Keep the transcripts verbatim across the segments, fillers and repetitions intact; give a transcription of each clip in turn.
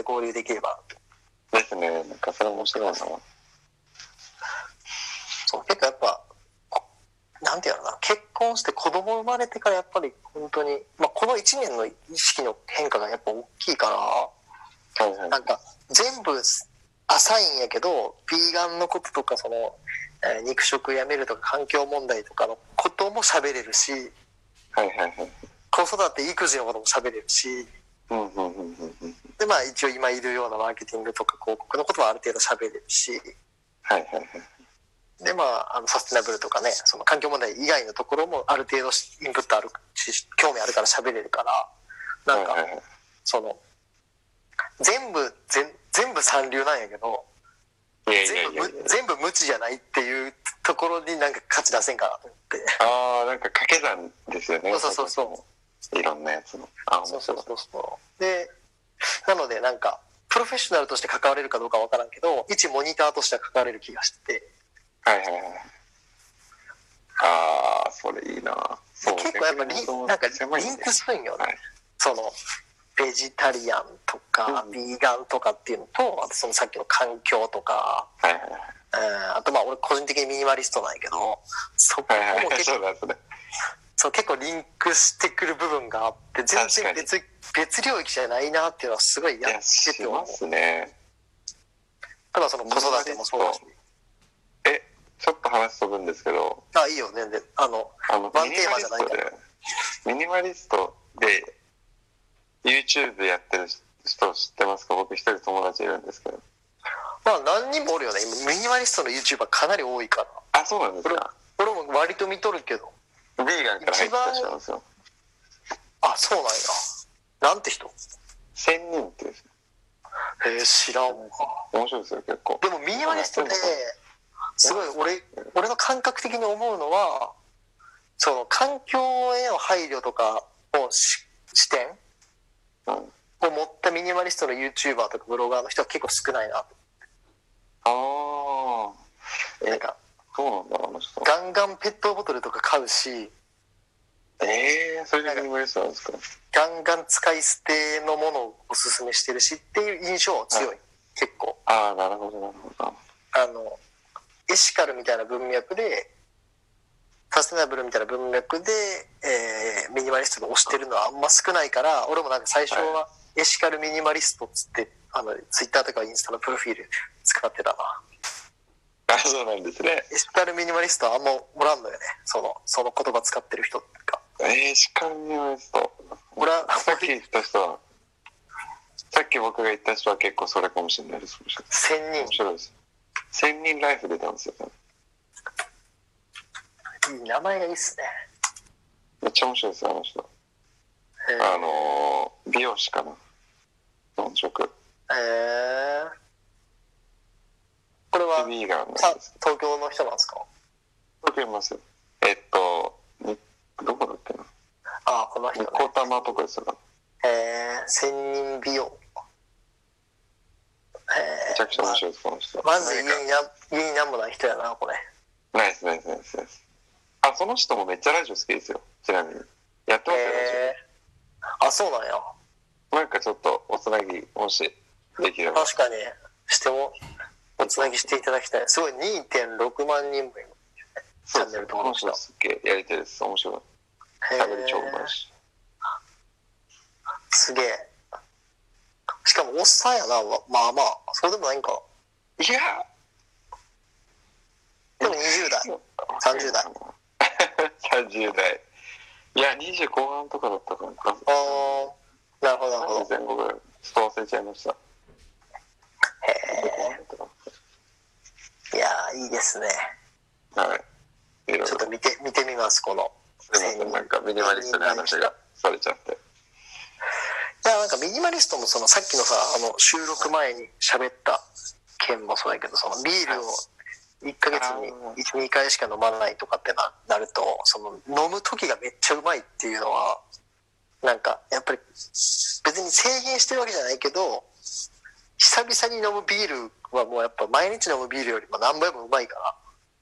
交流できればですね。なんかそれ面白いな。 そう結構やっぱなんていうのかな、結婚して子供生まれてからやっぱり本当に、まあ、このいちねんの意識の変化がやっぱ大きいから、 はいはい、 なんか全部浅いんやけどビーガンのこととかその、えー、肉食やめるとか環境問題とかのことも喋れるし、 はいはいはい、 子育て育児のことも喋れるし、 うんうんうんうんうん、 でまあ一応今いるようなマーケティングとか広告のことはある程度喋れるし、 はいはいはい、 でまあ、あのサステナブルとかね、その環境問題以外のところもある程度インプットあるし興味あるから喋れるから、なんか、はいはいはい、その全部全全部三流なんやけど、いやいやいやいや全部全部無知じゃないっていうところになんか価値出せんかなと思って。 ああ、なんか掛け算ですよね。 そうそうそういろんなやつの。あ、 そうそうそうそう。で、なのでなんかプロフェッショナルとして関われるかどうかわからんけど、一モニターとしては関われる気がしてて。 はいはいはい。ああ、それいいな。 そう結構やっぱりなんかリンクするんよね。はい、そのベジタリアンとか、うん、ビーガンとかっていうのと、あとそのさっきの環境とか、はいはいはい、えー、あとまあ俺個人的にミニマリストなんやけど、そこも結構、はいはい、そうね、そう結構リンクしてくる部分があって、全然別別領域じゃないなっていうのはすごいやってて思う。 ますね。 ただその子育てもそうだし。 え、ちょっと話飛ぶんですけど。 あ、いいよ全然。あの、あのワンテーマじゃないから。 ミニマリストで YouTube やってる人知ってますか？僕一人友達いるんですけど。 まあ何人もおるよね。今ミニマリストの YouTuber かなり多いから。 あ、そうなんですか。 俺も割と見とるけど。 ビーガンから入ってた人なんですよ。 あ、そうなんや。なんて人？ 千人ってですね。 へえ、知らんわ。 面白いですよ結構。 でもミニマリストですごい俺俺の感覚的に思うのは、その環境への配慮とかの視点を持ったミニマリストの YouTuber とかブロガーの人は結構少ないな。ああ、 えなんかそうなんだあの人。 ガンガンペットボトルとか買うし、 えー、それでミニマリストなんですか？ ガンガン使い捨てのものをおすすめしてるしっていう印象は強い、はい、結構。 ああ、なるほどなるほど。 あのエシカルみたいな文脈でサステナブルみたいな文脈で、えー、ミニマリストが推してるのはあんま少ないから、俺もなんか最初はエシカルミニマリストっつってあのツイッターとかインスタのプロフィール使ってたな。 あ、そうなんですね。 エシカルミニマリストはあんまおらんのよね。そのその言葉使ってる人が。 エシカルミニマリスト。 俺はさっき言った人は、さっき僕が言った人は結構それかもしれないです。 千人。 面白いです。千人ライフ出たんですよ。 いい名前がいいっすね。 めっちゃ面白いですよあの人。あの美容師かな。本職。へえ。これはビーガンなんです。東京の人なんですか？ 東京いますよ。えっとどこだっけな。 あ、この人、ね。 ニコタマとかですよ。 へえ、千人美容。へえ。めちゃくちゃ面白いです、まあ、この人。 まず家にな家になんもない人やなこれ。 ナイスナイスナイスナイス。あ、その人もめっちゃラジオ好きですよ。ちなみにやってますよ、ラジオ。あ、そうなんや。 なんかちょっとおつなぎもしできれば。 確かにしてもおつなぎしていただきたい。すごい にてんろくまんにんもいる。チャンネル登録者。 すっげえやりたいです。面白い。喋り超うまいし。 すげえ。しかもおっさんやな。まあまあそうでもないんか。 いや。 でもにじゅうだい、さんじゅうだい。 さんじゅうだい。いや、にじゅう後半とかだったかな。ああ、なるほどなるほど。 前後ぐらい。ちょっと忘れちゃいました。へえ。いやー、いいですね。 はい。 ちょっと見て、見てみます、この。 すいません、なんかミニマリストの話がされちゃって。 いや、なんかミニマリストもそのさっきのさ、あの収録前に喋った件もそうだけど、そのビールをいっかげつにいち、にかいしか飲まないとかってな、なると、その飲む時がめっちゃうまいっていうのは、なんかやっぱり別に制限してるわけじゃないけど、久々に飲むビールはもうやっぱ毎日飲むビールよりも何倍もうまいから、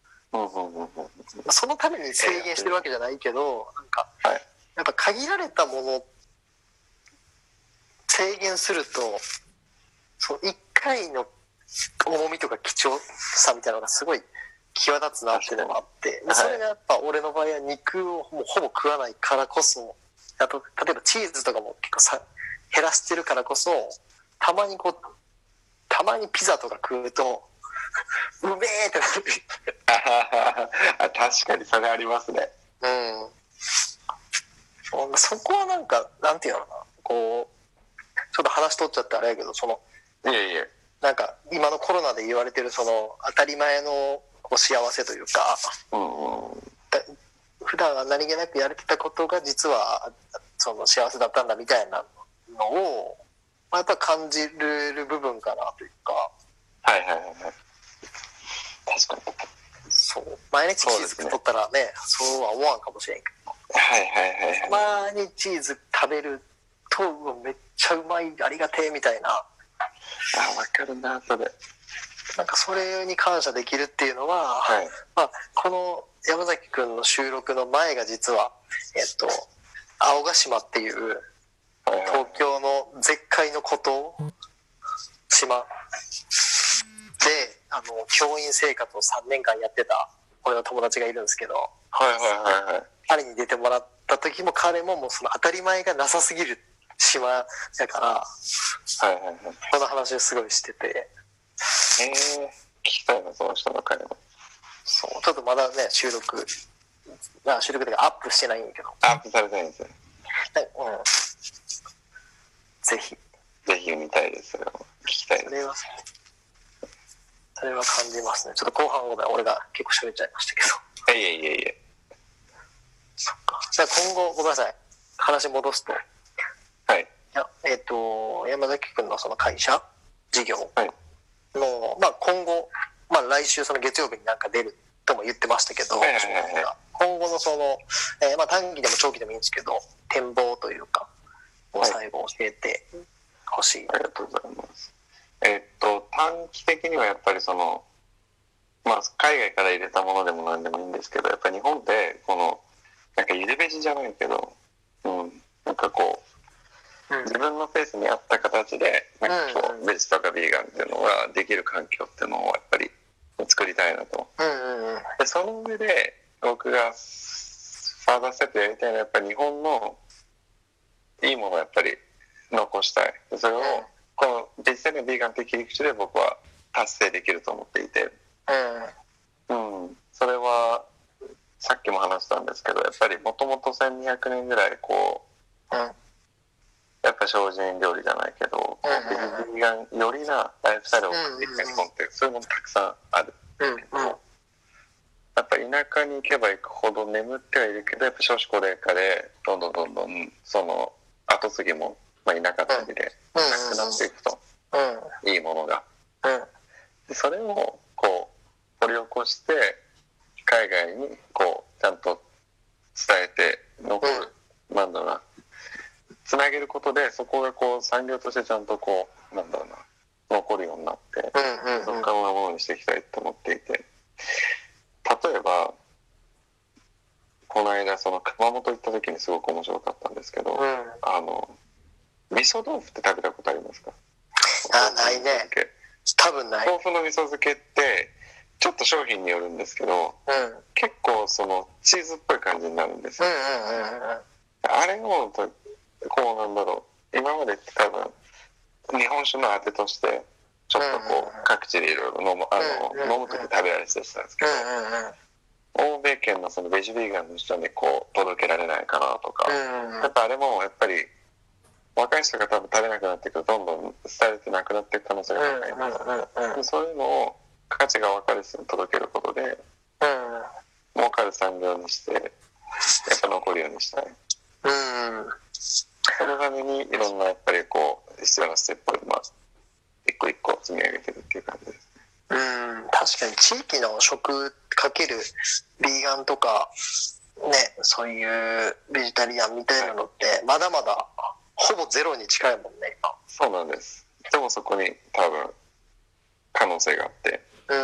そのために制限してるわけじゃないけど、なんかやっぱ限られたもの制限するとそう一回の重みとか貴重さみたいなのがすごい際立つなっていうのがあって、でそれがやっぱ俺の場合は肉をもうほぼ食わないからこそ、あと例えばチーズとかも結構さ減らしてるからこそ、たまにこうたまにピザとか食うとうめえってなるあ確かにそれありますね。 うん、そこはなんかなんていうのかな、こうちょっと話取っちゃってあれやけど、そのいえいえ、 なんか今のコロナで言われてるその当たり前のこう幸せというか、 うんうん、 普段は何気なくやれてたことが実はその幸せだったんだみたいなのを、まあ、やっぱ感じる部分かなというか。 はいはいはいはい、確かに。 そう毎日チーズ食っとったらね、そうは思わんかもしれんけど、 はいはいはいはい、 たまにチーズ食べるとめっちゃうまい、ありがてえみたいな、 あ分かるなそれ。 なんかそれに感謝できるっていうのは、はい、まあ、この山崎くんの収録の前が実は、えっと、青ヶ島っていう東京の絶海の孤島島であの教員生活をさんねんかんやってた俺の友達がいるんですけど、 はいはいはいはい、 彼に出てもらった時も彼ももうその当たり前がなさすぎる島だから、はいはいはい、この話をすごいしてて、 えー、聞きたいなその人の会話。 そうちょっとまだね収録まあ収録というかアップしてないんやけど、 アップされてないんですよ、 はい、うん、ぜひぜひ見たいです。それを聞きたいです。 それはそれは感じますね。ちょっと後半ごめん俺が結構喋っちゃいましたけど、 いえいえいえ、 そっか。じゃあ今後ごめんなさい話戻すと、 はい、いやえっ、ー、と山崎君のその会社事業の、はい、まあ今後、まあ、来週その月曜日になんか出るとも言ってましたけど、はいはいはいはい、今後のその、えー、まあ短期でも長期でもいいんですけど展望というかを最後教えてほしい、 はい、ありがとうございます。えー、っと短期的にはやっぱりそのまあ海外から入れたものでも何でもいいんですけど、やっぱり日本でこのなんかゆでベジじゃないけど、うん、なんかこう、うん、自分のペースに合った形でなんかこう、うん、ベジとかビーガンっていうのができる環境っていうのをやっぱり作りたいなと、うんうんうん、でその上で僕がファーザーステップやりたいのはやっぱり日本のいいものをやっぱり残したい。でそれを、うん、この実際のビーガンという切り口で僕は達成できると思っていて、うんうん、それはさっきも話したんですけど、やっぱりもともとせんにひゃくねんぐらいこう、うん、やっぱ精進料理じゃないけど、うん、ビーガンよりなライフスタイルを送ってきた日本ってそういうものたくさんあるけど、うんうん、やっぱり田舎に行けば行くほど眠ってはいるけど、やっぱ少子高齢化でどんどんどんどんその後継ぎも、まあ、いなかったりでなくなっていくと、うん、いいものが、うん、でそれをこう掘り起こして海外にこうちゃんと伝えて残る、うん、なんだろうな、つなげることでそこがこう産業としてちゃんとこうなんだろうな残るようになって、うんうんうん、そこからものにしていきたいと思っていて、例えばこの間その熊本行った時にすごく面白かったんですけど、うん、あの味噌豆腐って食べたことありますか？ あ、ないね。多分ない。 豆腐の味噌漬けってちょっと商品によるんですけど、うん、結構そのチーズっぽい感じになるんですよ、うんうんうんうん、あれをこうなんだろう、今まで多分日本酒のあてとしてちょっとこう各地でいろいろ飲む、あの飲む時食べられてたんですけど、欧米圏のそのベジビーガンの人にこう届けられないかなとか、やっぱあれもやっぱり若い人が多分食べなくなっていくとどんどん伝えれてなくなっていく可能性が高いので、そういうのを価値が分かる人に届けることで、うん、儲かる産業にしてやっぱ残るようにしたい、うん、そのためにいろんなやっぱりこう必要なステップを今一個一個積み上げてるっていう感じですね。 うん、確かに地域の食かけるビーガンとかね、そういうベジタリアンみたいなのってまだまだほぼゼロに近いもんね。 そうなんです。でもそこに多分可能性があって、 うん、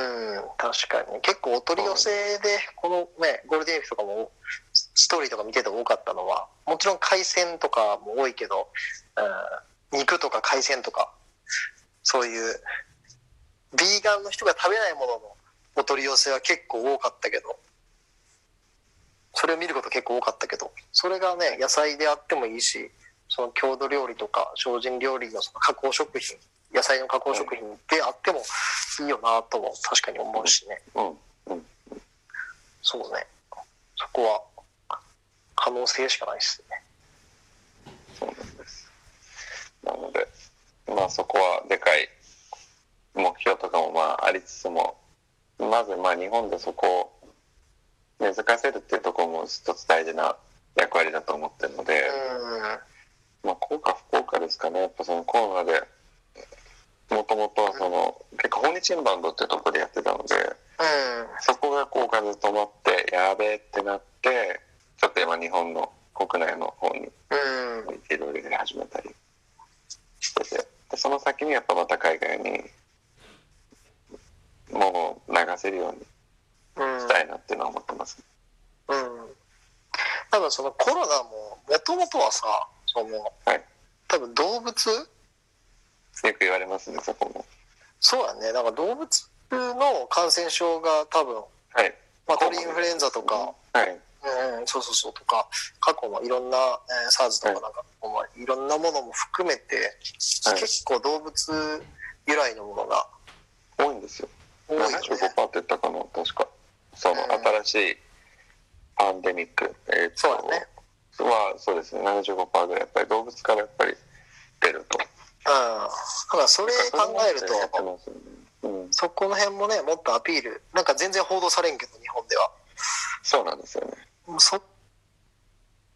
確かに結構お取り寄せでこのねゴールデンウィークとかもストーリーとか見てて多かったのは、もちろん海鮮とかも多いけど、うん、肉とか海鮮とかそういうビーガンの人が食べないもののお取り寄せは結構多かったけど、それを見ること結構多かったけど、それがね野菜であってもいいし、その郷土料理とか精進料理のその加工食品、野菜の加工食品であってもいいよなとも確かに思うしね。 うんうん、 そうね、そこは可能性しかないですね。 そうなんです。なのでまあそこはでかい目標とかもまあありつつも、まずまあ日本でそこを根付かせるっていうところも一つ大事な役割だと思ってるので、まあ効果不効果ですかね。やっぱそのコロナでもともとはその結構訪日インバウンドっていうところでやってたので、そこが効果で止まってやべえってなって、ちょっと今日本の国内の方にいろいろやり始めたりしてて、でその先にやっぱまた海外にものを流せるようにしたいなっていうのは思ってます。 うん、うん、多分そのコロナももともとはさ、その、はい、多分動物よく言われますね、そこも。 そうだね、なんか動物の感染症が多分、はい、まあ、鳥インフルエンザとか、はい、うん、そうそうそうとか、過去のいろんな、えー、SARS とかなんか、はい、いろんなものも含めて、はい、結構動物由来のものが多いんですよ。多いよね。ななじゅうごパーセントって言ったかな、確か。その、うん、新しいパンデミック、えー、そうだね。はそうですね、ななじゅうごパーセントぐらいやっぱり動物からやっぱり出ると。 うん、だからそれ考えると、うん、そこの辺もねもっとアピール、なんか全然報道されんけど日本では。 そうなんですよね。 そ